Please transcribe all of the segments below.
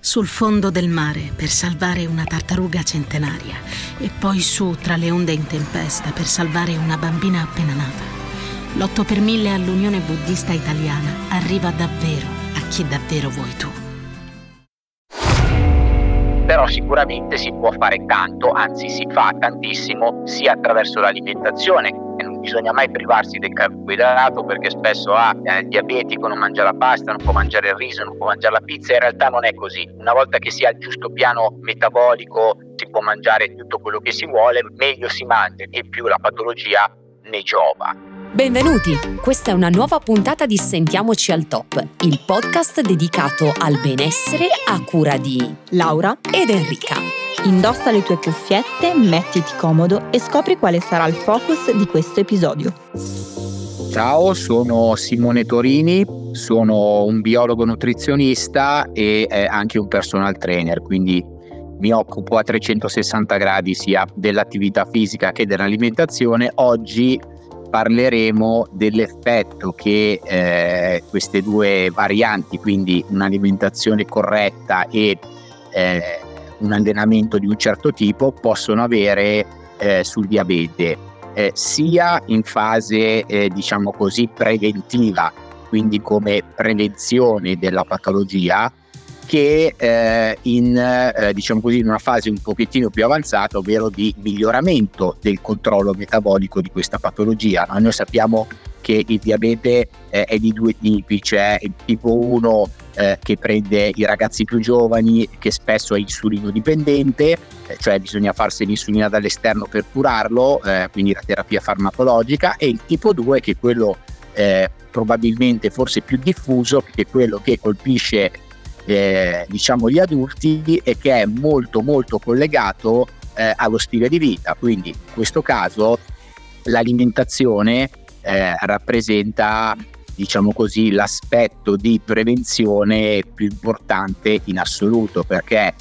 Sul fondo del mare per salvare una tartaruga centenaria e poi su tra le onde in tempesta per salvare una bambina appena nata. L'8 per 1000 all'Unione Buddista Italiana arriva davvero a chi davvero vuoi tu. Però sicuramente si può fare tanto, anzi si fa tantissimo, sia attraverso l'alimentazione, e non bisogna mai privarsi del carboidrato, perché spesso il diabetico non mangia la pasta, non può mangiare il riso, non può mangiare la pizza. In realtà non è così. Una volta che si ha il giusto piano metabolico si può mangiare tutto quello che si vuole, meglio si mangia e più la patologia ne giova. Benvenuti! Questa è una nuova puntata di Sentiamoci al Top, il podcast dedicato al benessere a cura di Laura ed Enrica. Indossa le tue cuffiette, mettiti comodo e scopri quale sarà il focus di questo episodio. Ciao, sono Simone Torini, sono un biologo nutrizionista e anche un personal trainer, quindi mi occupo a 360 gradi sia dell'attività fisica che dell'alimentazione. Oggi parleremo dell'effetto che queste due varianti, quindi un'alimentazione corretta e un allenamento di un certo tipo, possono avere sul diabete, sia in fase diciamo così preventiva, quindi come prevenzione della patologia, che diciamo così in una fase un pochettino più avanzata, ovvero di miglioramento del controllo metabolico di questa patologia. Noi sappiamo che il diabete è di due tipi, c'è il tipo 1 che prende i ragazzi più giovani, che spesso è insulino dipendente, cioè bisogna farsi l'insulina dall'esterno per curarlo, quindi la terapia farmacologica, e il tipo 2 che è quello probabilmente forse più diffuso, che è quello che colpisce diciamo gli adulti e che è molto molto collegato allo stile di vita. Quindi in questo caso l'alimentazione rappresenta, diciamo così, l'aspetto di prevenzione più importante in assoluto, perché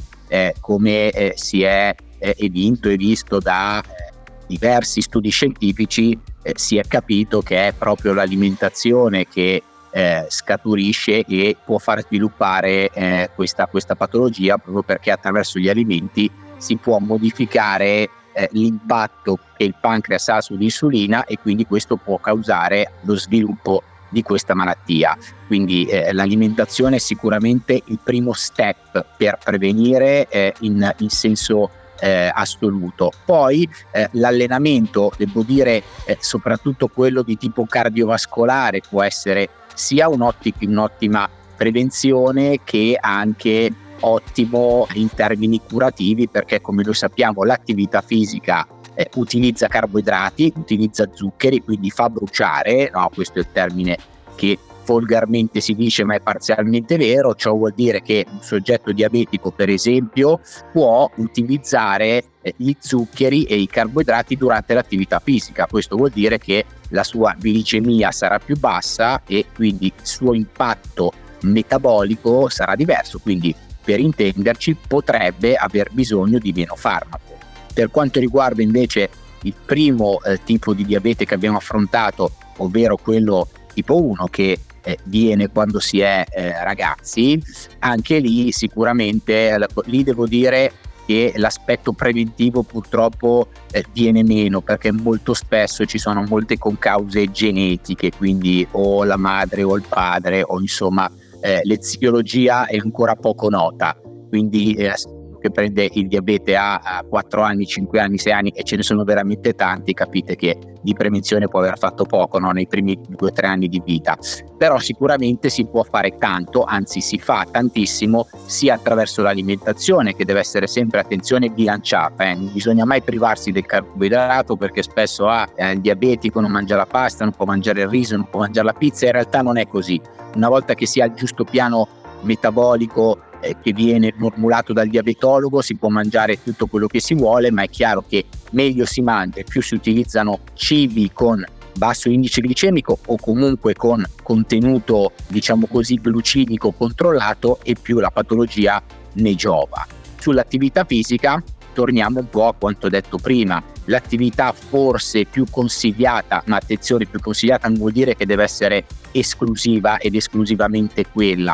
come si è evinto e visto da diversi studi scientifici, si è capito che è proprio l'alimentazione che scaturisce e può far sviluppare questa patologia, proprio perché attraverso gli alimenti si può modificare l'impatto che il pancreas ha sull'insulina, e quindi questo può causare lo sviluppo di questa malattia. Quindi l'alimentazione è sicuramente il primo step per prevenire in senso assoluto. Poi l'allenamento, devo dire, soprattutto quello di tipo cardiovascolare, può essere sia un'ottima prevenzione che anche ottimo in termini curativi, perché come noi sappiamo l'attività fisica utilizza carboidrati, utilizza zuccheri, quindi fa bruciare, no? Questo è il termine che volgarmente si dice, ma è parzialmente vero. Ciò vuol dire che un soggetto diabetico, per esempio, può utilizzare gli zuccheri e i carboidrati durante l'attività fisica. Questo vuol dire che la sua glicemia sarà più bassa e quindi il suo impatto metabolico sarà diverso, quindi per intenderci potrebbe aver bisogno di meno farmaco. Per quanto riguarda invece il primo tipo di diabete che abbiamo affrontato, ovvero quello tipo 1 che viene quando si è ragazzi, anche lì sicuramente lì devo dire che l'aspetto preventivo purtroppo viene meno, perché molto spesso ci sono molte concause genetiche, quindi o la madre o il padre, o insomma l'eziologia è ancora poco nota, quindi che prende il diabete a 4 anni, 5 anni, 6 anni, e ce ne sono veramente tanti, capite che di prevenzione può aver fatto poco, no? Nei primi 2-3 anni di vita. Però sicuramente si può fare tanto, anzi si fa tantissimo, sia attraverso l'alimentazione, che deve essere sempre, attenzione, bilanciata, non bisogna mai privarsi del carboidrato, perché spesso il diabetico non mangia la pasta, non può mangiare il riso, non può mangiare la pizza. In realtà non è così. Una volta che si ha il giusto piano metabolico che viene formulato dal diabetologo, si può mangiare tutto quello che si vuole, ma è chiaro che meglio si mangia e più si utilizzano cibi con basso indice glicemico o comunque con contenuto, diciamo così, glucimico controllato, e più la patologia ne giova. Sull'attività fisica torniamo un po' a quanto detto prima. L'attività forse più consigliata, ma attenzione, più consigliata non vuol dire che deve essere esclusiva ed esclusivamente quella.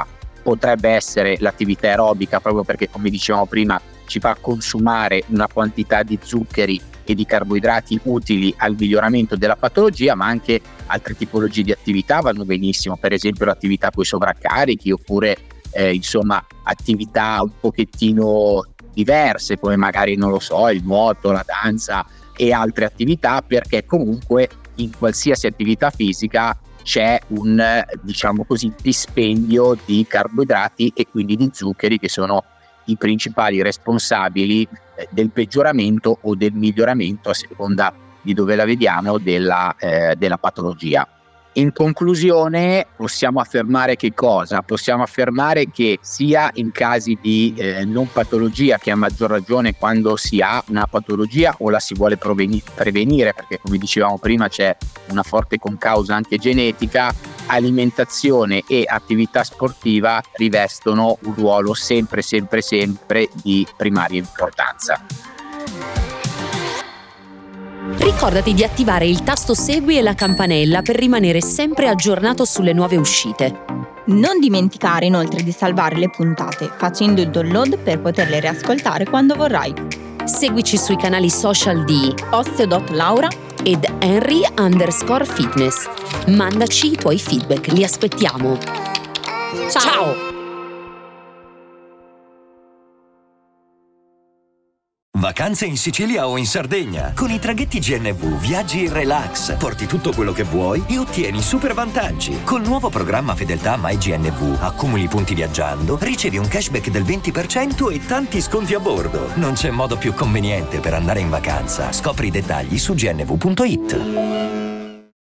potrebbe essere l'attività aerobica, proprio perché, come dicevamo prima, ci fa consumare una quantità di zuccheri e di carboidrati utili al miglioramento della patologia, ma anche altre tipologie di attività vanno benissimo, per esempio l'attività con i sovraccarichi, oppure attività un pochettino diverse, come magari, non lo so, il nuoto, la danza e altre attività, perché comunque in qualsiasi attività fisica c'è un, dispendio di carboidrati e quindi di zuccheri, che sono i principali responsabili del peggioramento o del miglioramento, a seconda di dove la vediamo, della patologia. In conclusione, possiamo affermare che cosa? Possiamo affermare che sia in casi di non patologia, che a maggior ragione quando si ha una patologia o la si vuole prevenire, perché come dicevamo prima c'è una forte concausa anche genetica, alimentazione e attività sportiva rivestono un ruolo sempre di primaria importanza. Ricordati di attivare il tasto segui e la campanella per rimanere sempre aggiornato sulle nuove uscite. Non dimenticare inoltre di salvare le puntate facendo il download per poterle riascoltare quando vorrai. Seguici sui canali social di Osteo.Laura ed Henry_Fitness. Mandaci i tuoi feedback, li aspettiamo. Ciao! Vacanze in Sicilia o in Sardegna. Con i traghetti GNV viaggi in relax, porti tutto quello che vuoi e ottieni super vantaggi. Col nuovo programma Fedeltà MyGNV accumuli punti viaggiando, ricevi un cashback del 20% e tanti sconti a bordo. Non c'è modo più conveniente per andare in vacanza. Scopri i dettagli su gnv.it.